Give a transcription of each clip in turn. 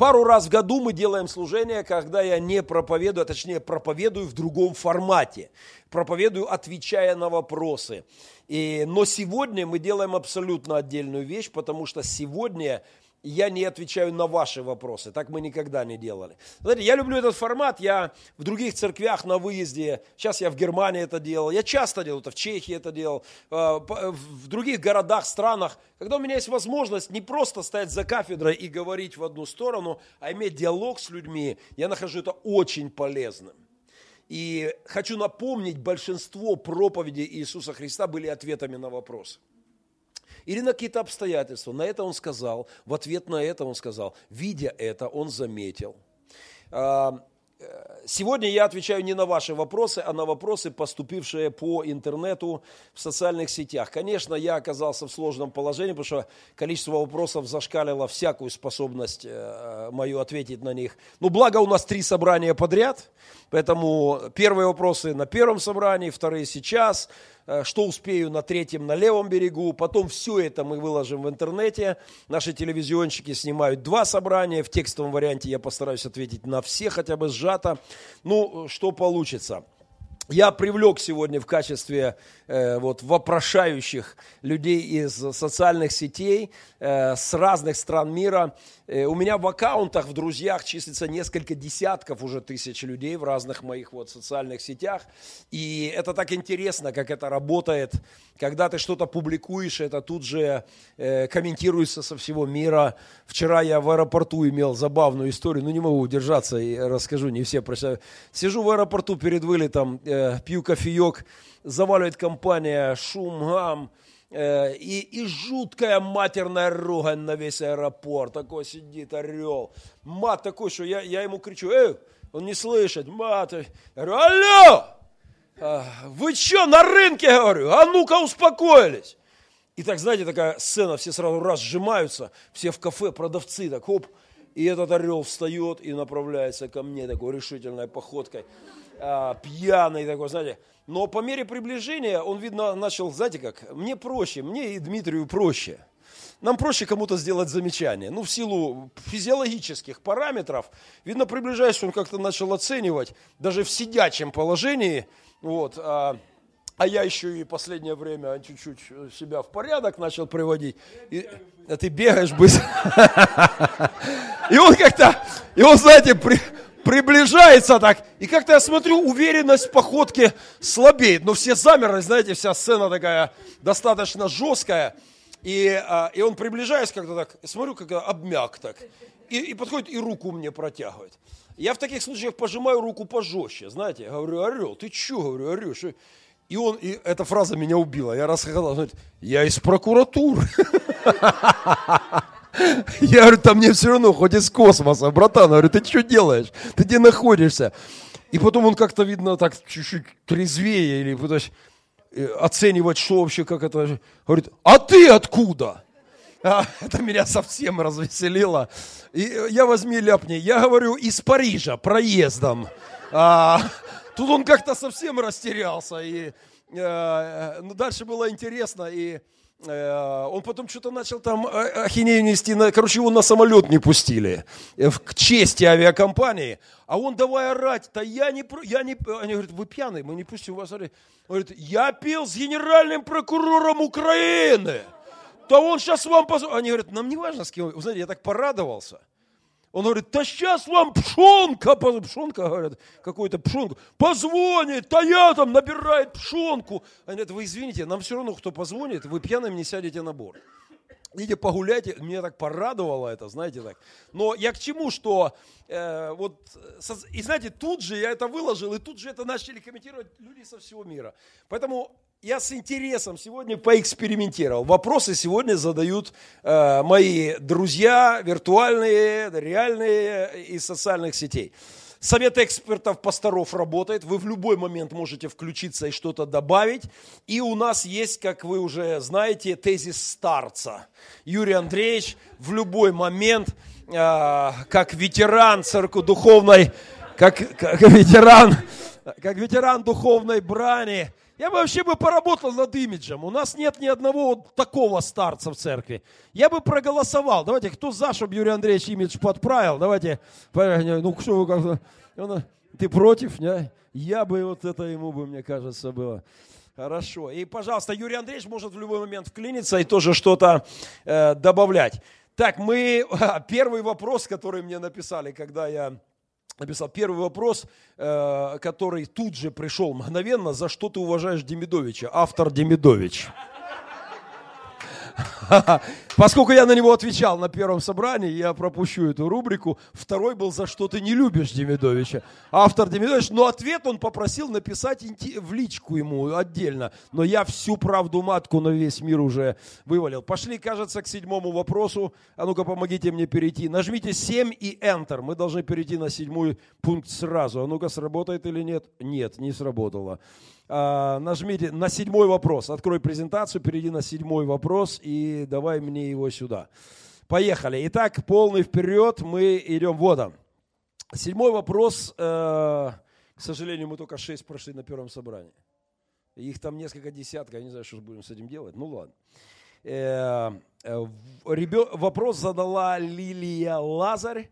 Пару раз в году мы делаем служение, когда я не проповедую, а точнее проповедую в другом формате. Проповедую, отвечая на вопросы. Но сегодня мы делаем абсолютно отдельную вещь, потому что сегодня я не отвечаю на ваши вопросы. Так мы никогда не делали. Знаете, я люблю этот формат. Я в других церквях на выезде, сейчас я в Германии это делал, я часто делал это, в Чехии это делал, в других городах, странах, когда у меня есть возможность не просто стоять за кафедрой и говорить в одну сторону, а иметь диалог с людьми, я нахожу это очень полезным. И хочу напомнить, большинство проповедей Иисуса Христа были ответами на вопросы. Или на какие-то обстоятельства. На это он сказал, в ответ на это он сказал. Видя это, он заметил. Сегодня я отвечаю не на ваши вопросы, а на вопросы, поступившие по интернету в социальных сетях. Конечно, я оказался в сложном положении, потому что количество вопросов зашкалило всякую способность мою ответить на них. Но благо у нас 3 собрания подряд, поэтому первые вопросы на первом собрании, вторые сейчас, что успею на 3-м, на левом берегу. Потом все это мы выложим в интернете. Наши телевизионщики снимают 2 собрания. В текстовом варианте я постараюсь ответить на все, хотя бы сжато. Ну, что получится. Я привлек сегодня в качестве вопрошающих людей из социальных сетей с разных стран мира. У меня в аккаунтах, в друзьях числится несколько десятков уже тысяч людей в разных моих социальных сетях. И это так интересно, как это работает. Когда ты что-то публикуешь, это тут же комментируется со всего мира. Вчера я в аэропорту имел забавную историю, не могу удержаться и расскажу, не все прощают. Сижу в аэропорту перед вылетом, пью кофеек, заваливает компания, шум, гам, и жуткая матерная ругань на весь аэропорт. Такой сидит орел. Мат такой, что я ему кричу, он не слышит, мат. Я говорю, алло, вы что, на рынке, говорю, а ну-ка успокоились. И так, знаете, такая сцена, все сразу раз сжимаются, все в кафе, продавцы, так хоп, и этот орел встает и направляется ко мне такой решительной походкой, пьяный такой, знаете. Но по мере приближения он, видно, начал, знаете как, мне проще, мне и Дмитрию проще. Нам проще кому-то сделать замечание. В силу физиологических параметров, видно, приближаясь, он как-то начал оценивать, даже в сидячем положении, а я еще и последнее время чуть-чуть себя в порядок начал приводить. А ты бегаешь быстро. И он, знаете, приближается так, и как-то я смотрю, уверенность в походке слабеет, но все замерли, знаете, вся сцена такая достаточно жесткая, и он, приближаясь как-то так, смотрю, как обмяк так, и подходит и руку мне протягивает. Я в таких случаях пожимаю руку пожестче, знаете, говорю, орел, ты че, говорю, орешь? И эта фраза меня убила, я расхохотался, говорит, я из прокуратуры. Я говорю, там мне все равно, хоть из космоса, братан, говорю, ты что делаешь? Ты где находишься? И потом он как-то, видно, так чуть-чуть трезвее или пытаясь оценивать, что вообще, как это. Говорит, а ты откуда? Это меня совсем развеселило. И я возьми ляпни, я говорю, из Парижа, проездом. Тут он как-то совсем растерялся. Дальше было интересно, и он потом что-то начал там ахинею нести, короче, его на самолет не пустили, к чести авиакомпании, а он давай орать, они говорят, вы пьяный, мы не пустим вас. Он говорит, я пил с генеральным прокурором Украины, да он сейчас вам позвонит. Они говорят, нам не важно с кем, вы знаете, я так порадовался. Он говорит, да сейчас вам пшонка, говорят, какой-то пшонку, позвонит, да я там набирает пшонку. Они говорят, вы извините, нам все равно, кто позвонит, вы пьяным не сядете на борт. Идите погуляйте, меня так порадовало это, знаете так. Но я к чему, что и знаете, тут же я это выложил, и тут же это начали комментировать люди со всего мира. Поэтому я с интересом сегодня поэкспериментировал. Вопросы сегодня задают мои друзья, виртуальные, реальные, из социальных сетей. Совет экспертов-пасторов работает. Вы в любой момент можете включиться и что-то добавить. И у нас есть, как вы уже знаете, тезис старца. Юрий Андреевич в любой момент, как ветеран церковно-духовной, как ветеран духовной брани, Я бы вообще поработал над имиджем. У нас нет ни одного вот такого старца в церкви. Я бы проголосовал. Давайте, кто за, чтобы Юрий Андреевич имидж подправил? Давайте, ну что вы как-то... Ты против? Не? Я бы вот это ему бы, мне кажется, было. Хорошо. И, пожалуйста, Юрий Андреевич может в любой момент вклиниться и тоже что-то добавлять. Так, первый вопрос, который мне написали, когда я написал, первый вопрос, который тут же пришел мгновенно: за что ты уважаешь Демидовича? Автор Демидович. Поскольку я на него отвечал на первом собрании, я пропущу эту рубрику. Второй был: за что ты не любишь Демидовича? Автор Демидович. Но ответ он попросил написать в личку ему отдельно. Но я всю правду матку на весь мир уже вывалил. Пошли, кажется, к 7-му вопросу. А ну-ка, помогите мне перейти. Нажмите 7 и Enter. Мы должны перейти на 7-й пункт сразу. А ну-ка, сработает или нет? Нет, не сработало. Нажмите на 7-й вопрос. Открой презентацию, перейди на 7-й вопрос и давай мне его сюда. Поехали. Итак, полный вперед. Мы идем. Вот он. 7-й вопрос. К сожалению, мы только 6 прошли на первом собрании. Их там несколько десятков. Я не знаю, что будем с этим делать. Ну ладно. Вопрос задала Лилия Лазарь.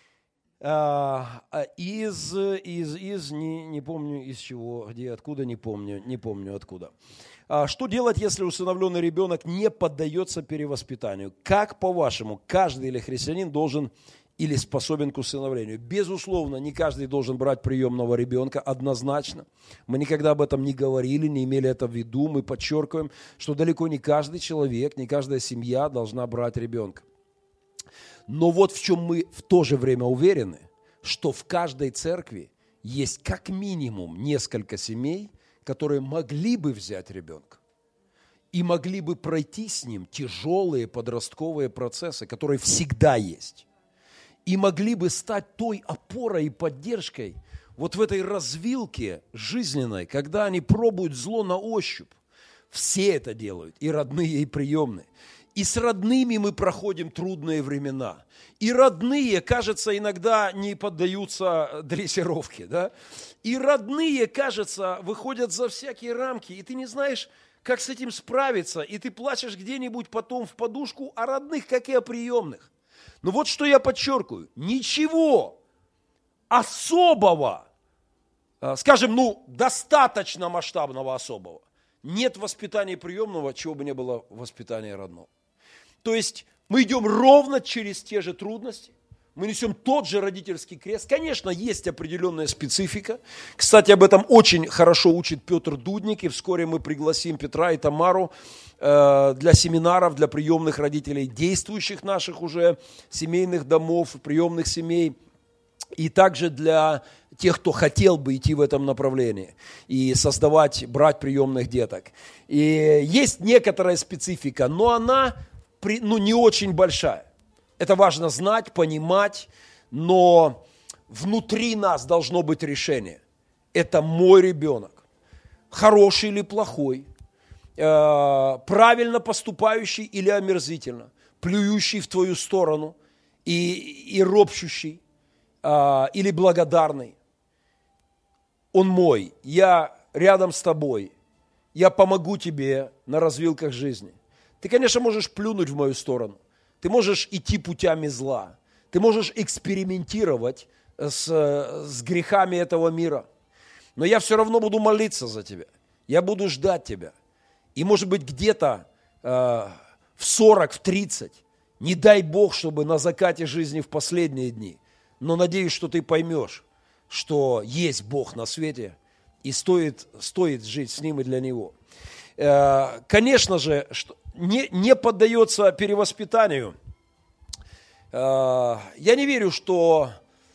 Не помню из чего, где, откуда, не помню откуда. Что делать, если усыновленный ребенок не поддается перевоспитанию? Как, по-вашему, каждый или христианин должен или способен к усыновлению? Безусловно, не каждый должен брать приемного ребенка, однозначно. Мы никогда об этом не говорили, не имели это в виду. Мы подчеркиваем, что далеко не каждый человек, не каждая семья должна брать ребенка. Но вот в чем мы в то же время уверены, что в каждой церкви есть как минимум несколько семей, которые могли бы взять ребенка и могли бы пройти с ним тяжелые подростковые процессы, которые всегда есть, и могли бы стать той опорой и поддержкой вот в этой развилке жизненной, когда они пробуют зло на ощупь. Все это делают, и родные, и приемные. И с родными мы проходим трудные времена. И родные, кажется, иногда не поддаются дрессировке. Да? И родные, кажется, выходят за всякие рамки. И ты не знаешь, как с этим справиться. И ты плачешь где-нибудь потом в подушку о родных, как и о приемных. Но вот что я подчеркиваю. Ничего особого, скажем, достаточно масштабного особого, нет воспитания приемного, чего бы не было воспитания родного. То есть мы идем ровно через те же трудности, мы несем тот же родительский крест. Конечно, есть определенная специфика. Кстати, об этом очень хорошо учит Петр Дудник, и вскоре мы пригласим Петра и Тамару для семинаров, для приемных родителей, действующих наших уже семейных домов, приемных семей, и также для тех, кто хотел бы идти в этом направлении и брать приемных деток. И есть некоторая специфика, но она не очень большая. Это важно знать, понимать, но внутри нас должно быть решение. Это мой ребенок. Хороший или плохой, правильно поступающий или омерзительно, плюющий в твою сторону и ропщущий, или благодарный. Он мой, я рядом с тобой, я помогу тебе на развилках жизни. Ты, конечно, можешь плюнуть в мою сторону, ты можешь идти путями зла, ты можешь экспериментировать с грехами этого мира, но я все равно буду молиться за тебя, я буду ждать тебя. И, может быть, где-то в 40, в 30, не дай Бог, чтобы на закате жизни в последние дни, но надеюсь, что ты поймешь, что есть Бог на свете, и стоит жить с Ним и для Него. Конечно же, не поддается перевоспитанию. Я не верю, что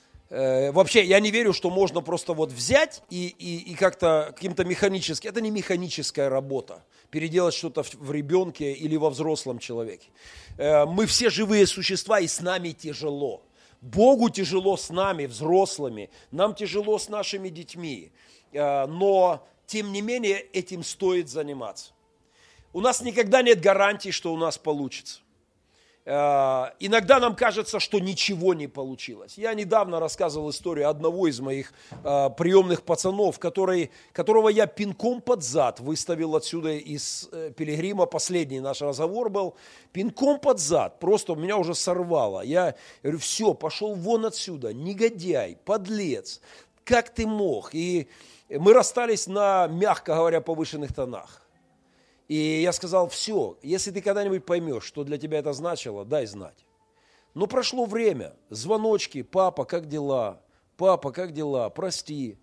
можно просто взять и как-то каким-то механически, это не механическая работа, переделать что-то в ребенке или во взрослом человеке. Мы все живые существа, и с нами тяжело. Богу тяжело с нами, взрослыми, нам тяжело с нашими детьми, но, тем не менее, этим стоит заниматься. У нас никогда нет гарантий, что у нас получится. Иногда нам кажется, что ничего не получилось. Я недавно рассказывал историю одного из моих приемных пацанов, которого я пинком под зад выставил отсюда из Пилигрима. Последний наш разговор был. Пинком под зад. Просто меня уже сорвало. Я говорю, все, пошел вон отсюда. Негодяй, подлец. Как ты мог? И мы расстались на, мягко говоря, повышенных тонах. И я сказал, все, если ты когда-нибудь поймешь, что для тебя это значило, дай знать. Но прошло время, звоночки, папа, как дела? Папа, как дела? Прости.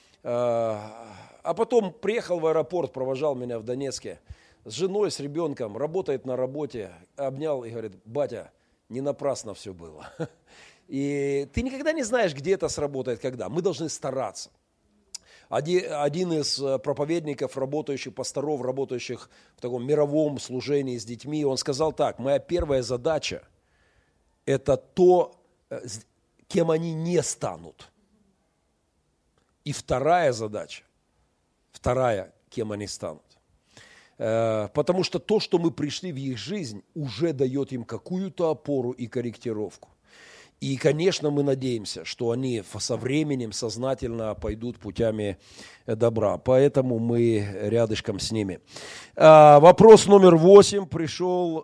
А потом приехал в аэропорт, провожал меня в Донецке с женой, с ребенком, работает на работе, обнял и говорит, батя, не напрасно все было. И ты никогда не знаешь, где это сработает, когда. Мы должны стараться. Один из проповедников, работающих, пасторов, работающих в таком мировом служении с детьми, он сказал так, моя первая задача – это то, кем они не станут. И вторая задача, кем они станут. Потому что то, что мы пришли в их жизнь, уже дает им какую-то опору и корректировку. И, конечно, мы надеемся, что они со временем сознательно пойдут путями добра. Поэтому мы рядышком с ними. Вопрос номер 8 пришел.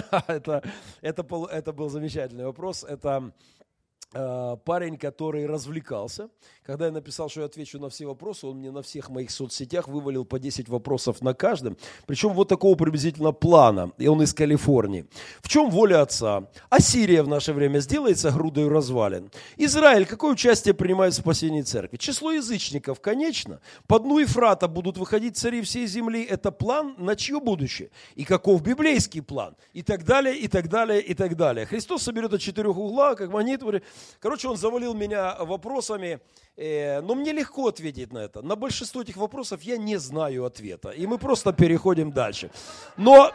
Это был замечательный вопрос. Это парень, который развлекался. Когда я написал, что я отвечу на все вопросы, он мне на всех моих соцсетях вывалил по 10 вопросов на каждом. Причем вот такого приблизительно плана. И он из Калифорнии. В чем воля Отца? Ассирия в наше время сделается грудою развалин. Израиль какое участие принимает в спасении церкви? Число язычников, конечно. По дну Ефрата будут выходить цари всей земли. Это план на чье будущее? И каков библейский план? И так далее, и так далее, и так далее. Христос соберет от 4 угла, как монету. Короче, он завалил меня вопросами, но мне легко ответить на это. На большинство этих вопросов я не знаю ответа, и мы просто переходим дальше. Но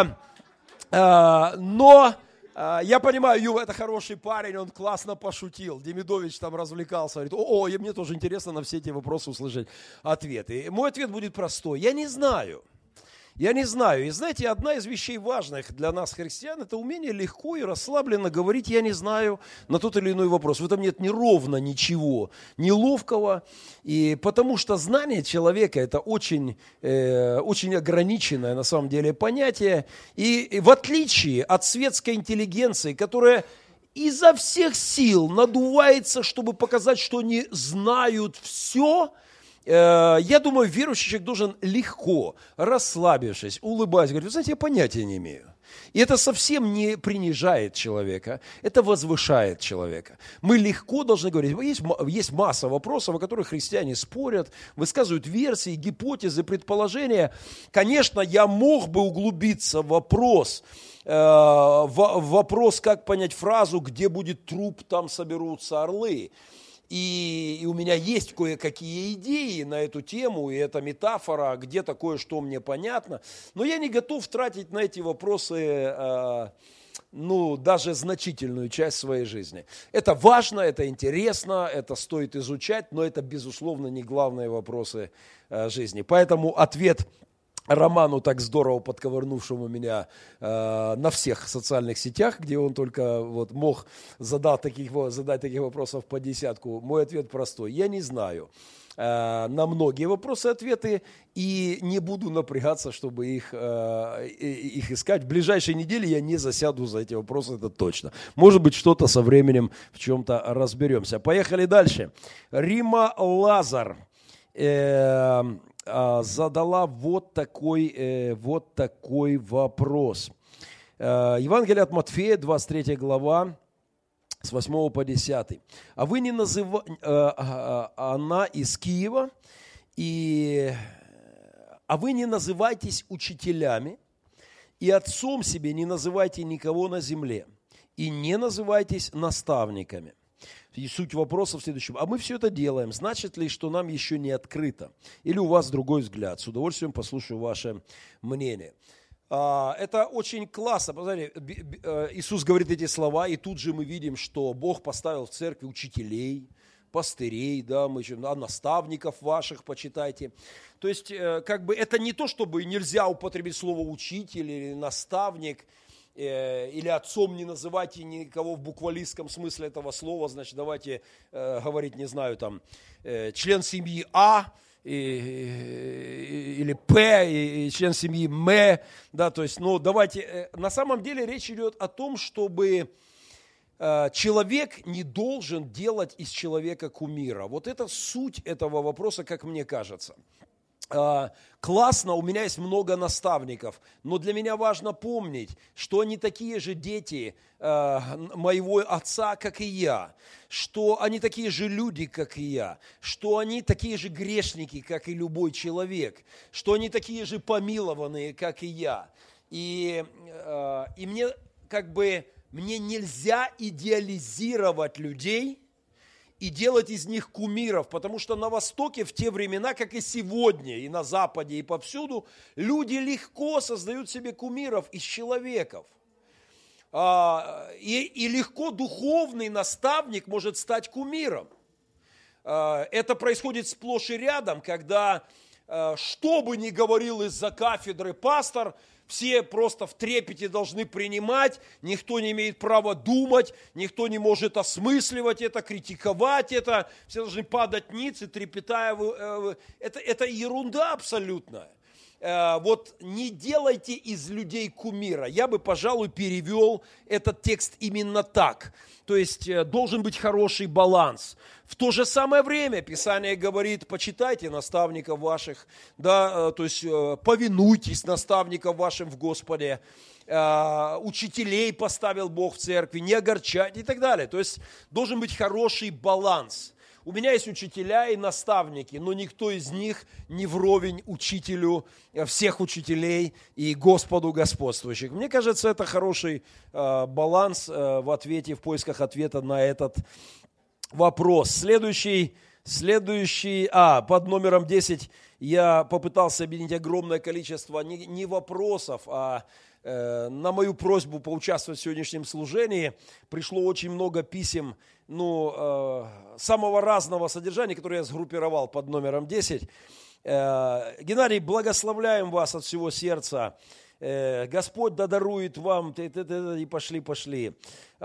я понимаю, Юва, это хороший парень, он классно пошутил. Демидович там развлекался, говорит, мне тоже интересно на все эти вопросы услышать ответы. И мой ответ будет простой, я не знаю. И знаете, одна из вещей важных для нас, христиан, это умение легко и расслабленно говорить «я не знаю» на тот или иной вопрос. В этом нет ни ровно ничего неловкого, и потому что знание человека – это очень ограниченное на самом деле понятие. И в отличие от светской интеллигенции, которая изо всех сил надувается, чтобы показать, что они знают все, я думаю, верующий человек должен легко, расслабившись, улыбаясь, говорить, вы знаете, я понятия не имею. И это совсем не принижает человека, это возвышает человека. Мы легко должны говорить, есть масса вопросов, о которых христиане спорят, высказывают версии, гипотезы, предположения. Конечно, я мог бы углубиться в вопрос, как понять фразу, где будет труп, там соберутся орлы. И у меня есть кое-какие идеи на эту тему, и это метафора, где-то кое-что мне понятно. Но я не готов тратить на эти вопросы даже значительную часть своей жизни. Это важно, это интересно, это стоит изучать, но это, безусловно, не главные вопросы жизни. Поэтому ответ Роману, так здорово подковырнувшему меня на всех социальных сетях, где он только мог задать таких вопросов по десятку. Мой ответ простой. Я не знаю на многие вопросы ответы и не буду напрягаться, чтобы их искать. В ближайшие недели я не засяду за эти вопросы, это точно. Может быть, что-то со временем в чем-то разберемся. Поехали дальше. Рима Лазар задала вот такой вопрос. Евангелие от Матфея, 23 глава, с 8 по 10. Она из Киева, а вы не называйтесь учителями, и отцом себе не называйте никого на земле, и не называйтесь наставниками. И суть вопроса в следующем. А мы все это делаем. Значит ли, что нам еще не открыто? Или у вас другой взгляд? С удовольствием послушаю ваше мнение. Это очень классно. Посмотрите, Иисус говорит эти слова, и тут же мы видим, что Бог поставил в церкви учителей, пастырей, наставников ваших, почитайте. То есть, это не то, чтобы нельзя употребить слово «учитель» или «наставник». или отцом не называйте никого в буквалистском смысле этого слова, значит, давайте говорить, не знаю, там, член семьи А, или П, и член семьи М, да, то есть, ну, давайте, на самом деле речь идет о том, чтобы человек не должен делать из человека кумира. Вот это суть этого вопроса, как мне кажется. Классно, у меня есть много наставников, но для меня важно помнить, что они такие же дети моего отца, как и я, что они такие же люди, как и я, что они такие же грешники, как и любой человек, что они такие же помилованные, как и я. И мне мне нельзя идеализировать людей и делать из них кумиров, потому что на Востоке в те времена, как и сегодня, и на Западе, и повсюду, люди легко создают себе кумиров из человеков. И легко духовный наставник может стать кумиром. Это происходит сплошь и рядом, когда, что бы ни говорил из-за кафедры пастор, все просто в трепете должны принимать, никто не имеет права думать, никто не может осмысливать это, критиковать это, все должны падать ниц и трепетая. Это ерунда абсолютная. Вот не делайте из людей кумира. Я бы, пожалуй, перевел этот текст именно так. То есть должен быть хороший баланс. В то же самое время Писание говорит, почитайте наставников ваших, да, то есть повинуйтесь наставникам вашим в Господе, учителей поставил Бог в церкви, не огорчайте и так далее. То есть должен быть хороший баланс. У меня есть учителя и наставники, но никто из них не вровень учителю всех учителей и Господу господствующих. Мне кажется, это хороший баланс в ответе, в поисках ответа на этот вопрос. Следующий, под номером 10 я попытался объединить огромное количество не вопросов, а на мою просьбу поучаствовать в сегодняшнем служении пришло очень много писем, самого разного содержания, которые я сгруппировал под номером 10. Геннадий, благословляем вас от всего сердца. Господь дарует вам, и пошли.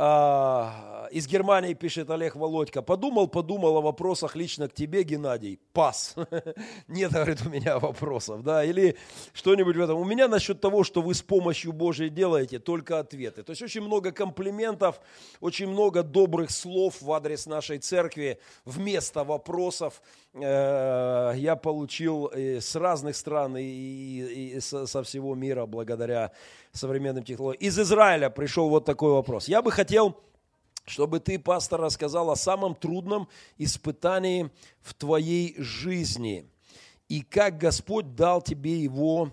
Из Германии пишет Олег Володька. Подумал о вопросах лично к тебе, Геннадий. Пас. Нет, говорит, у меня вопросов. Да? Или что-нибудь в этом. У меня насчет того, что вы с помощью Божией делаете, только ответы. То есть очень много комплиментов, очень много добрых слов в адрес нашей церкви вместо вопросов я получил с разных стран и со всего мира благодаря современным технологиям. Из Израиля пришел вот такой вопрос. Я бы хотел, чтобы ты, пастор, рассказал о самом трудном испытании в твоей жизни и как Господь дал тебе его,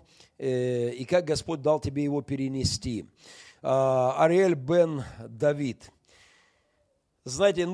перенести. Ариэль бен Давид. Знаете,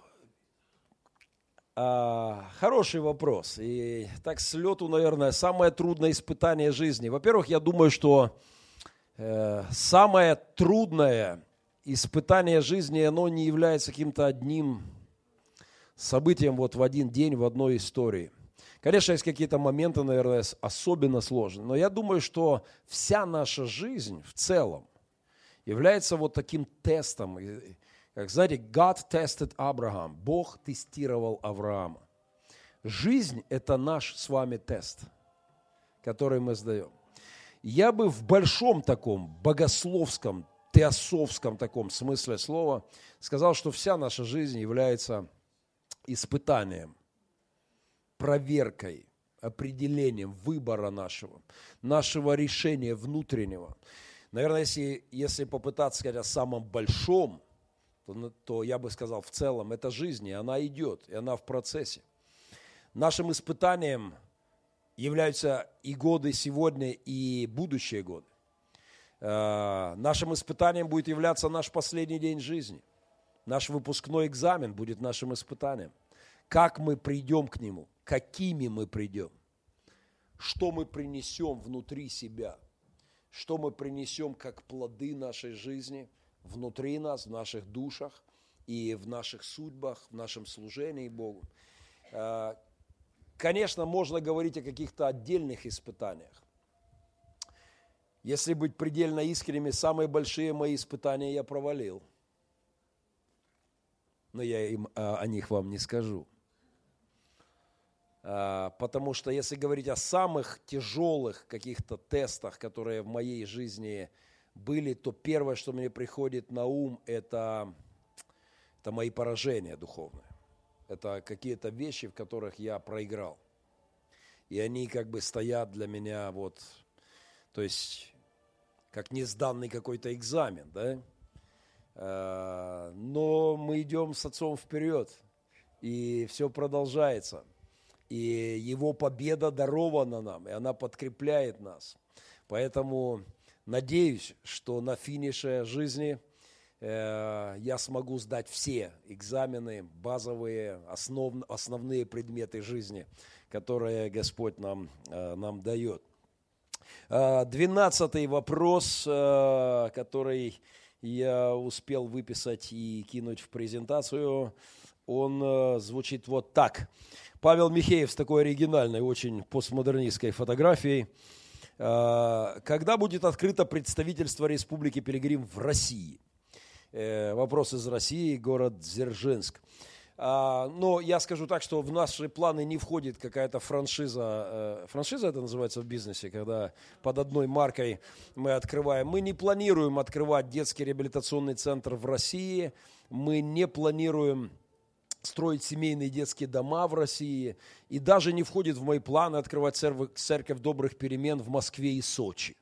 хороший вопрос. И так с лету, наверное, самое трудное испытание жизни. Во-первых, я думаю, что самое трудное испытание жизни, оно не является каким-то одним событием вот в один день, в одной истории. Конечно, есть какие-то моменты, наверное, особенно сложные. Но я думаю, что вся наша жизнь в целом является вот таким тестом. Как знаете, God tested Abraham. Бог тестировал Авраама. Жизнь – это наш с вами тест, который мы сдаем. Я бы в большом таком богословском, теософском таком смысле слова сказал, что вся наша жизнь является испытанием, проверкой, определением выбора нашего решения внутреннего. Наверное, если попытаться сказать о самом большом, то я бы сказал, в целом, это жизнь, и она идет, и она в процессе. Нашим испытанием являются и годы сегодня, и будущие годы. Нашим испытанием будет являться наш последний день жизни. Наш выпускной экзамен будет нашим испытанием. Как мы придем к нему, какими мы придем, что мы принесем внутри себя, что мы принесем как плоды нашей жизни внутри нас, в наших душах и в наших судьбах, в нашем служении Богу. Конечно, можно говорить о каких-то отдельных испытаниях. Если быть предельно искренними, самые большие мои испытания я провалил. Но я о них вам не скажу. Потому что если говорить о самых тяжелых каких-то тестах, которые в моей жизни были, то первое, что мне приходит на ум, это мои поражения духовные. Это какие-то вещи, в которых я проиграл. И они как бы стоят для меня вот, то есть, как несданный какой-то экзамен, да? Но мы идем с Отцом вперед, и все продолжается. И Его победа дарована нам, и она подкрепляет нас. Поэтому надеюсь, что на финише жизни я смогу сдать все экзамены, базовые, основные предметы жизни, которые Господь нам дает. 12-й вопрос, который я успел выписать и кинуть в презентацию, он звучит вот так. Павел Михеев с такой оригинальной, очень постмодернистской фотографией. Когда будет открыто представительство Республики Пилигрим в России? Вопрос из России, город Дзержинск. Но я скажу так, что в наши планы не входит какая-то франшиза. Франшиза это называется в бизнесе, когда под одной маркой мы открываем. Мы не планируем открывать детский реабилитационный центр в России. Мы не планируем строить семейные детские дома в России. И даже не входит в мои планы открывать церковь добрых перемен в Москве и Сочи.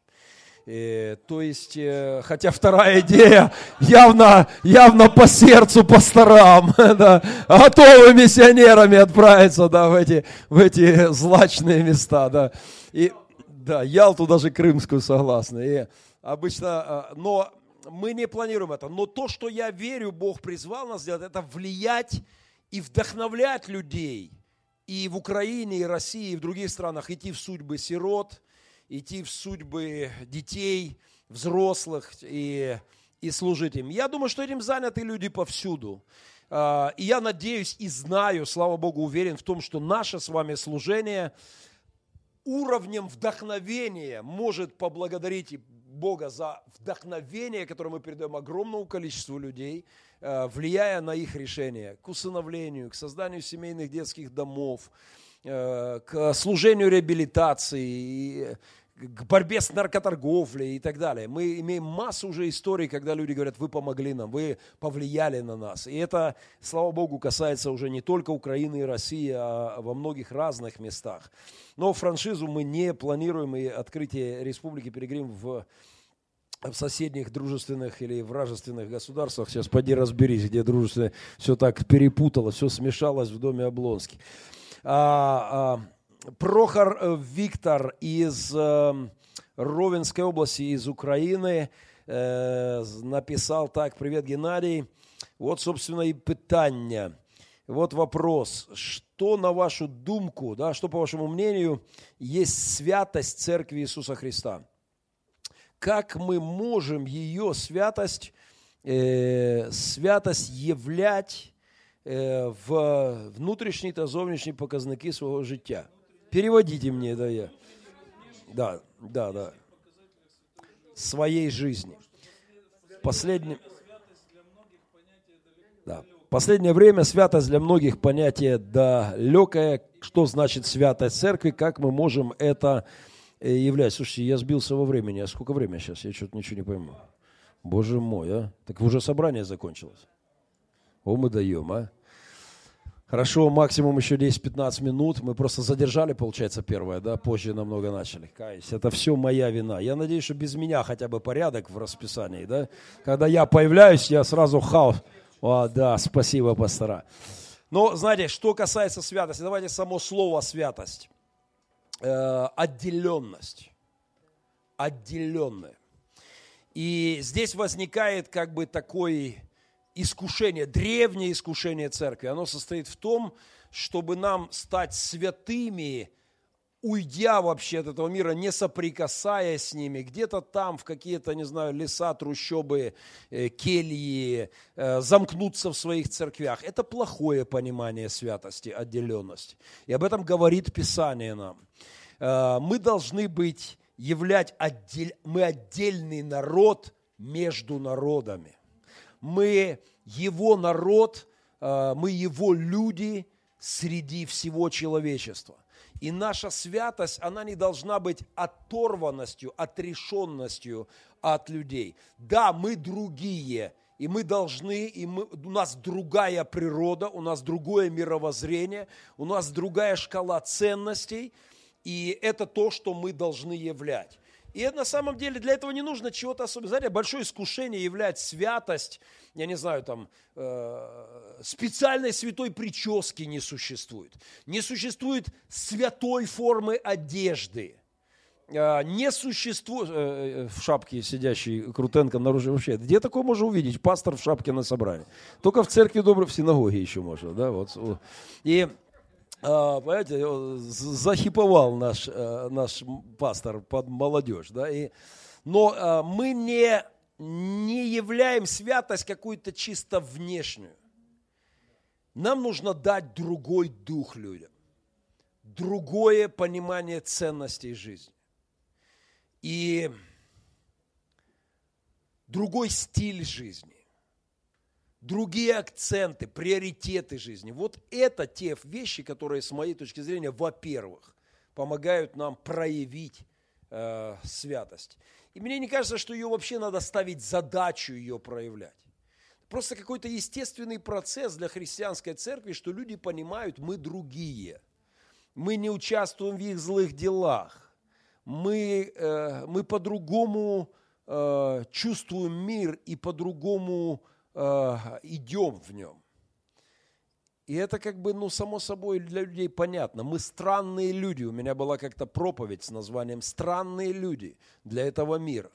То есть, хотя вторая идея явно по сердцу пасторам, да, готовы миссионерами отправиться, да, в эти злачные места, да. И, да, Ялту даже крымскую согласны. И обычно, но мы не планируем это. Но то, что я верю, Бог призвал нас сделать, это влиять и вдохновлять людей и в Украине, и России, и в других странах идти в судьбы сирот, идти в судьбы детей, взрослых и служить им. Я думаю, что этим заняты люди повсюду. И я надеюсь и знаю, слава Богу, уверен в том, что наше с вами служение уровнем вдохновения может поблагодарить Бога за вдохновение, которое мы передаем огромному количеству людей, влияя на их решения к усыновлению, к созданию семейных детских домов, к служению реабилитации, к борьбе с наркоторговлей и так далее. Мы имеем массу уже историй, когда люди говорят, вы помогли нам, вы повлияли на нас. И это, слава Богу, касается уже не только Украины и России, а во многих разных местах. Но франшизу мы не планируем, и открытие Республики Пилигрим в соседних дружественных или вражественных государствах. Сейчас поди разберись, где дружественное. Все так перепутало, все смешалось в доме Облонский. Прохор Виктор из Ровенской области, из Украины, написал так: «Привет, Геннадий. Вот, собственно, и питання. Вот вопрос. Что, на вашу думку, да, что, по вашему мнению, есть святость Церкви Иисуса Христа? Как мы можем ее святость являть в внутрішні та зовнішні показники свого життя?» Переводите мне, да, я. Да. Своей жизни. Последнее время святость для многих понятие далекое. Что значит святость церкви? Как мы можем это являть? Слушайте, я сбился во времени. А сколько времени сейчас? Я что-то ничего не пойму. Боже мой, а? Так уже собрание закончилось. О, мы даем, а? Хорошо, максимум еще 10-15 минут. Мы просто задержали, получается, первое, да, позже намного начали. Каюсь, это все моя вина. Я надеюсь, что без меня хотя бы порядок в расписании, да. Когда я появляюсь, я сразу хаос. О, да, спасибо, пастора. Но, знаете, что касается святости, давайте само слово святость. Отделенность. Отделенная. И здесь возникает как бы такой... искушение, древнее искушение церкви, оно состоит в том, чтобы нам стать святыми, уйдя вообще от этого мира, не соприкасаясь с ними, где-то там в какие-то, не знаю, леса, трущобы, кельи, замкнуться в своих церквях. Это плохое понимание святости, отделенности. И об этом говорит Писание нам. Мы должны быть мы отдельный народ между народами. Мы его народ, мы его люди среди всего человечества. И наша святость, она не должна быть оторванностью, отрешенностью от людей. Да, мы другие, и мы должны, у нас другая природа, у нас другое мировоззрение, у нас другая шкала ценностей, и это то, что мы должны являть. И это, на самом деле для этого не нужно чего-то особенного. Знаете, большое искушение являть святость, я не знаю, там, специальной святой прически не существует. Не существует святой формы одежды. Не существует, в шапке сидящий Крутенко наружу вообще, где такое можно увидеть? Пастор в шапке на собрании. Только в церкви доброй, в синагоге еще можно. Да? Вот. И, понимаете, захиповал наш пастор под молодежь. Да? Но мы не являем святость какую-то чисто внешнюю. Нам нужно дать другой дух людям, другое понимание ценностей жизни. И другой стиль жизни, другие акценты, приоритеты жизни. Вот это те вещи, которые, с моей точки зрения, во-первых, помогают нам проявить святость. И мне не кажется, что ее вообще надо ставить задачу ее проявлять. Просто какой-то естественный процесс для христианской церкви, что люди понимают, мы другие. Мы не участвуем в их злых делах. Мы по-другому чувствуем мир и по-другому идем в нем. И это как бы, само собой для людей понятно. Мы странные люди. У меня была как-то проповедь с названием «Странные люди для этого мира».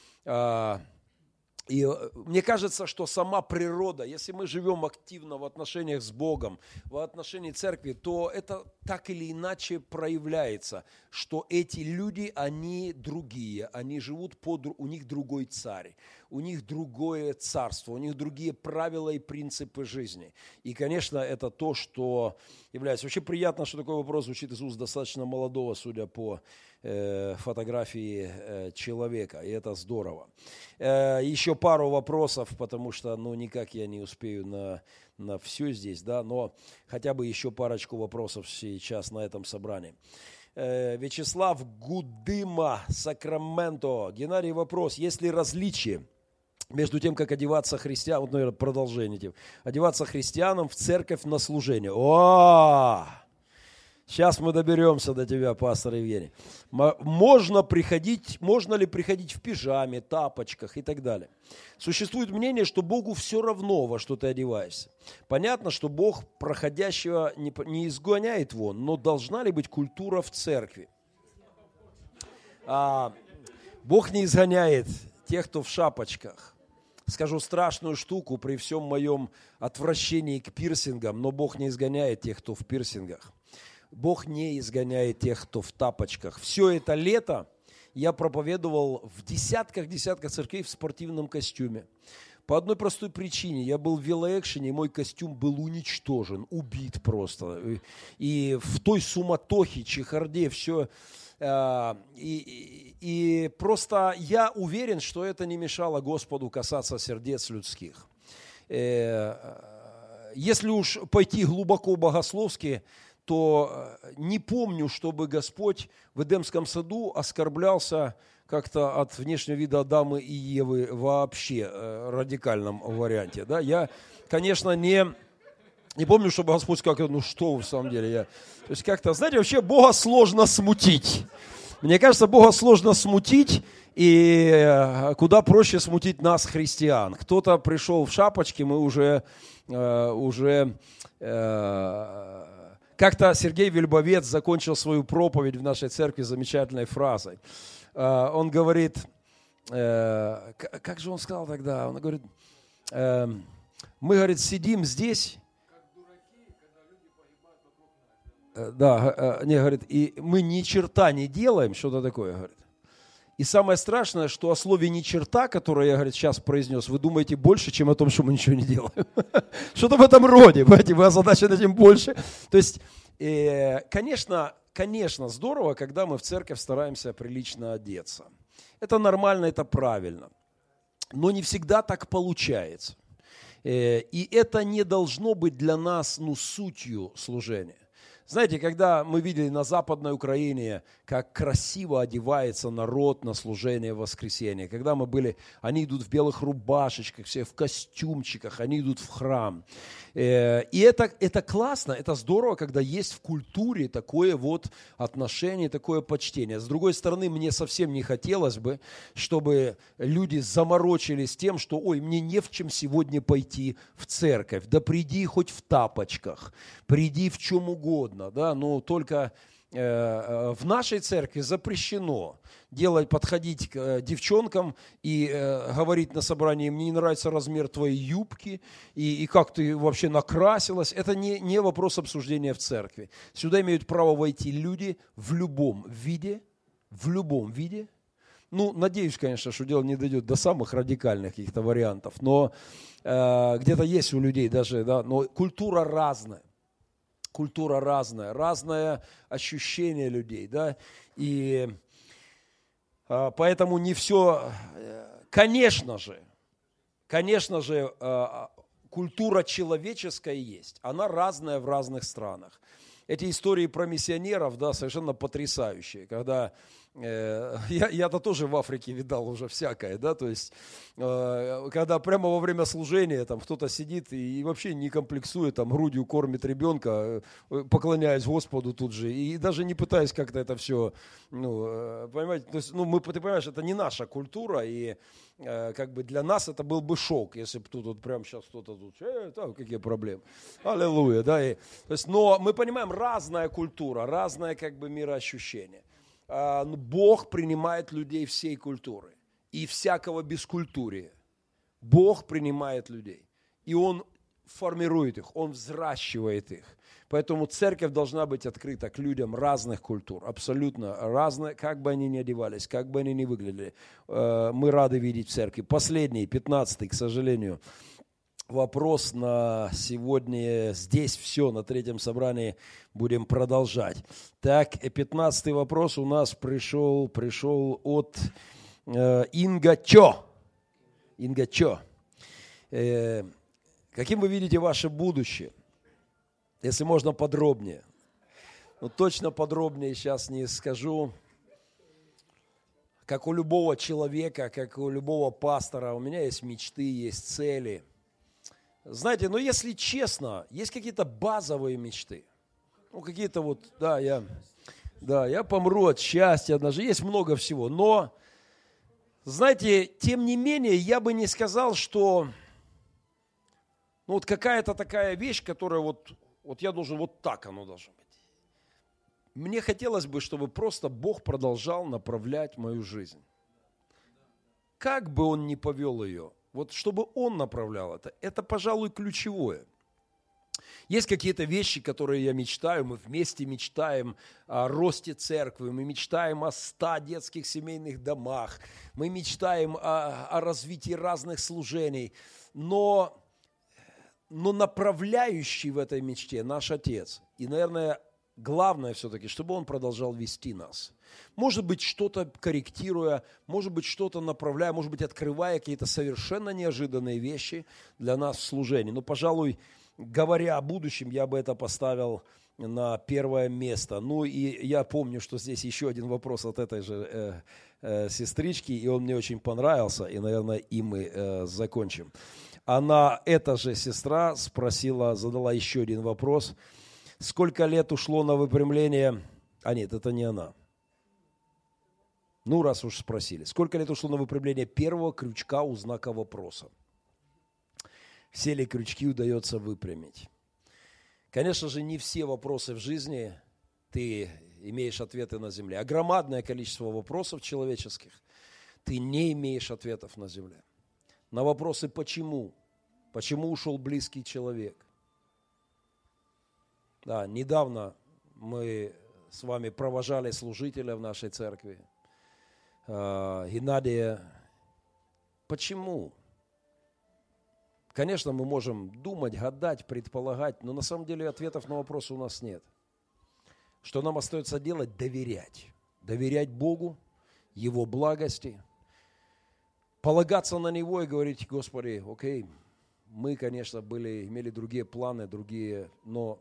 И мне кажется, что сама природа, если мы живем активно в отношениях с Богом, в отношении церкви, то это так или иначе проявляется, что эти люди, они другие, они живут у них другой царь, у них другое царство, у них другие правила и принципы жизни. И, конечно, это то, что является... Вообще приятно, что такой вопрос звучит из уст достаточно молодого, судя по фотографии человека, и это здорово. Еще пару вопросов, потому что, никак я не успею на все здесь, да, но хотя бы еще парочку вопросов сейчас на этом собрании. Вячеслав Гудыма, Сакраменто. Геннадий, вопрос, есть ли различие между тем, как одеваться христианам, наверное, продолжение, одеваться христианам в церковь на служение? Сейчас мы доберемся до тебя, пастор Евгений. Можно ли приходить в пижаме, тапочках и так далее? Существует мнение, что Богу все равно, во что ты одеваешься. Понятно, что Бог проходящего не изгоняет вон, но должна ли быть культура в церкви? Бог не изгоняет тех, кто в шапочках. Скажу страшную штуку при всем моем отвращении к пирсингам, но Бог не изгоняет тех, кто в пирсингах. Бог не изгоняет тех, кто в тапочках. Все это лето я проповедовал в десятках церквей в спортивном костюме. По одной простой причине. Я был в велоэкшене, и мой костюм был уничтожен, убит просто. И в той суматохе, чехарде, все. И просто я уверен, что это не мешало Господу касаться сердец людских. Если уж пойти глубоко богословски, то не помню, чтобы Господь в Эдемском саду оскорблялся как-то от внешнего вида Адама и Евы вообще, радикальном варианте. Да? Я, конечно, не помню, чтобы Господь сказал, что в самом деле. То есть как-то, знаете, вообще Бога сложно смутить. Мне кажется, Бога сложно смутить, и куда проще смутить нас, христиан. Кто-то пришел в шапочке, мы уже как-то Сергей Вельбовец закончил свою проповедь в нашей церкви замечательной фразой. Он говорит, как же он сказал тогда? Он говорит, мы, говорит, сидим здесь. Да, не, говорит, и мы ни черта не делаем, что-то такое, говорит. И самое страшное, что о слове «ни черта», которое я, говорит, сейчас произнес, вы думаете больше, чем о том, что мы ничего не делаем. Что-то в этом роде, понимаете, вы озадачены этим больше. То есть, конечно, конечно, здорово, когда мы в церковь стараемся прилично одеться. Это нормально, это правильно. Но не всегда так получается. И это не должно быть для нас, сутью служения. Знаете, когда мы видели на Западной Украине, как красиво одевается народ на служение в воскресенье, когда мы были, они идут в белых рубашечках, все в костюмчиках, они идут в храм. И это классно, это здорово, когда есть в культуре такое вот отношение, такое почтение. С другой стороны, мне совсем не хотелось бы, чтобы люди заморочились тем, что, ой, мне не в чем сегодня пойти в церковь. Да приди хоть в тапочках, приди в чем угодно, да, но только в нашей церкви запрещено подходить к девчонкам и говорить на собрании: мне не нравится размер твоей юбки, и как ты вообще накрасилась. Это не вопрос обсуждения в церкви. Сюда имеют право войти люди в любом виде. Надеюсь, конечно, что дело не дойдет до самых радикальных каких-то вариантов, но где-то есть у людей даже, да, но культура разная. Культура разное ощущение людей, да, и поэтому не все, конечно же, культура человеческая есть, она разная в разных странах. Эти истории про миссионеров, да, совершенно потрясающие, когда я-то тоже в Африке видал уже всякое, да, то есть, когда прямо во время служения там кто-то сидит и вообще не комплексует, там грудью кормит ребенка, поклоняясь Господу тут же, и даже не пытаясь как-то это все, понимаете, то есть, ты понимаешь, это не наша культура, и как бы для нас это был бы шок, если бы тут вот прямо сейчас кто-то тут, какие проблемы, аллилуйя, да, то есть, но мы понимаем, разная культура, разное как бы мироощущение. Бог принимает людей всей культуры и всякого бескультурия. Бог принимает людей, и Он формирует их, Он взращивает их. Поэтому церковь должна быть открыта к людям разных культур, абсолютно разные, как бы они ни одевались, как бы они ни выглядели. Мы рады видеть в церкви. Последний, 15-й, к сожалению, вопрос на сегодня. Здесь все, на третьем собрании будем продолжать. Так, 15-й вопрос у нас пришел от Инга Чо. Инга Чо. Каким вы видите ваше будущее? Если можно подробнее. Точно подробнее сейчас не скажу. Как у любого человека, как у любого пастора, у меня есть мечты, есть цели. Знаете, если честно, есть какие-то базовые мечты. Какие-то вот, я помру от счастья однажды. Есть много всего. Но, знаете, тем не менее, я бы не сказал, что какая-то такая вещь, которая вот я должен, вот так оно должно быть. Мне хотелось бы, чтобы просто Бог продолжал направлять мою жизнь. Как бы Он ни повел ее, чтобы Он направлял это, пожалуй, ключевое. Есть какие-то вещи, которые я мечтаю, мы вместе мечтаем о росте церкви, мы мечтаем о 100 детских семейных домах, мы мечтаем о развитии разных служений, но направляющий в этой мечте наш Отец. И, наверное, главное все-таки, чтобы Он продолжал вести нас. Может быть, что-то корректируя, может быть, что-то направляя, может быть, открывая какие-то совершенно неожиданные вещи для нас в служении. Но, пожалуй, говоря о будущем, я бы это поставил на первое место. И я помню, что здесь еще один вопрос от этой же сестрички, и он мне очень понравился, и, наверное, и мы закончим. Эта же сестра задала еще один вопрос. Сколько лет ушло на выпрямление? Нет, это не она. Раз уж спросили. Сколько лет ушло на выпрямление первого крючка у знака вопроса? Все ли крючки удается выпрямить? Конечно же, не все вопросы в жизни ты имеешь ответы на земле. А громадное количество вопросов человеческих ты не имеешь ответов на земле. На вопросы «почему?», «почему ушел близкий человек?». Да, недавно мы с вами провожали служителя в нашей церкви, Геннадия. Почему? Конечно, мы можем думать, гадать, предполагать, но на самом деле ответов на вопросы у нас нет. Что нам остается делать? Доверять. Доверять Богу, Его благости, полагаться на Него и говорить: Господи, окей, мы, конечно, имели другие планы, но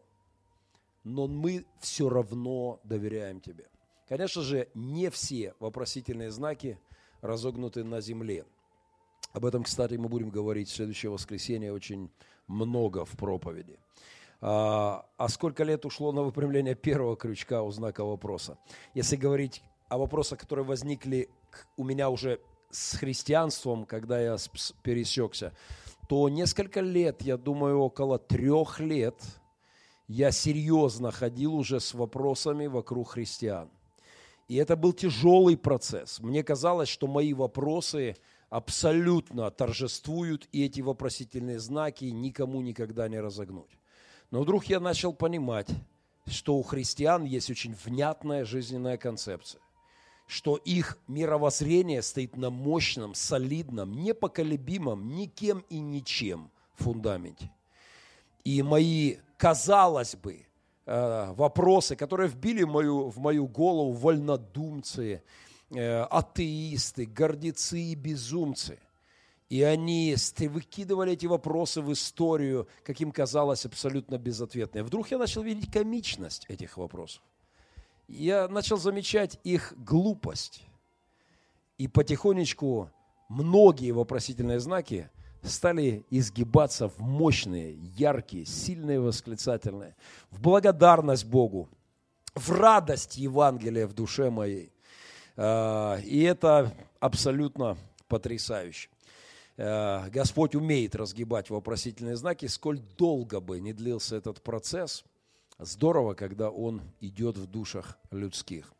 мы все равно доверяем Тебе. Конечно же, не все вопросительные знаки разогнуты на земле. Об этом, кстати, мы будем говорить в следующее воскресенье очень много в проповеди. А сколько лет ушло на выпрямление первого крючка у знака вопроса? Если говорить о вопросах, которые возникли у меня уже с христианством, когда я пересекся, то несколько лет, я думаю, около 3 лет, я серьезно ходил уже с вопросами вокруг христиан. И это был тяжелый процесс. Мне казалось, что мои вопросы абсолютно торжествуют, и эти вопросительные знаки никому никогда не разогнуть. Но вдруг я начал понимать, что у христиан есть очень внятная жизненная концепция, что их мировоззрение стоит на мощном, солидном, непоколебимом, никем и ничем фундаменте. И мои, казалось бы, вопросы, которые вбили в мою голову вольнодумцы, атеисты, гордецы и безумцы, и они выкидывали эти вопросы в историю, как им казалось, абсолютно безответные. Вдруг я начал видеть комичность этих вопросов. Я начал замечать их глупость. И потихонечку многие вопросительные знаки стали изгибаться в мощные, яркие, сильные восклицательные, в благодарность Богу, в радость Евангелия в душе моей. И это абсолютно потрясающе. Господь умеет разгибать вопросительные знаки, сколь долго бы не длился этот процесс. Здорово, когда он идет в душах людских.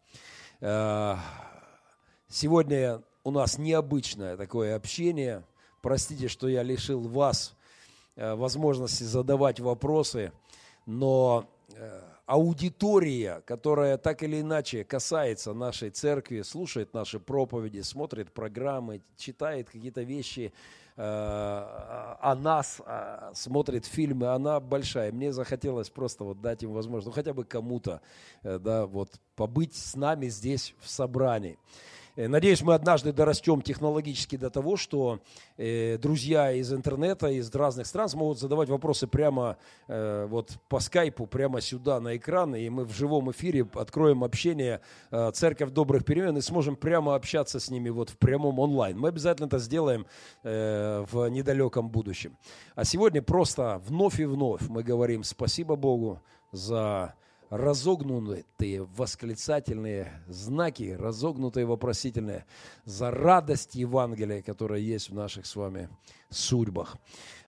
Сегодня у нас необычное такое общение. Простите, что я лишил вас возможности задавать вопросы, но аудитория, которая так или иначе касается нашей церкви, слушает наши проповеди, смотрит программы, читает какие-то вещи о нас, смотрит фильмы, она большая. Мне захотелось просто дать им возможность, хотя бы кому-то, побыть с нами здесь в собрании. Надеюсь, мы однажды дорастем технологически до того, что друзья из интернета, из разных стран смогут задавать вопросы прямо по скайпу, прямо сюда на экран, и мы в живом эфире откроем общение «Церковь добрых перемен» и сможем прямо общаться с ними в прямом онлайн. Мы обязательно это сделаем в недалеком будущем. А сегодня просто вновь и вновь мы говорим спасибо Богу за разогнутые восклицательные знаки, разогнутые вопросительные, за радость Евангелия, которая есть в наших с вами судьбах.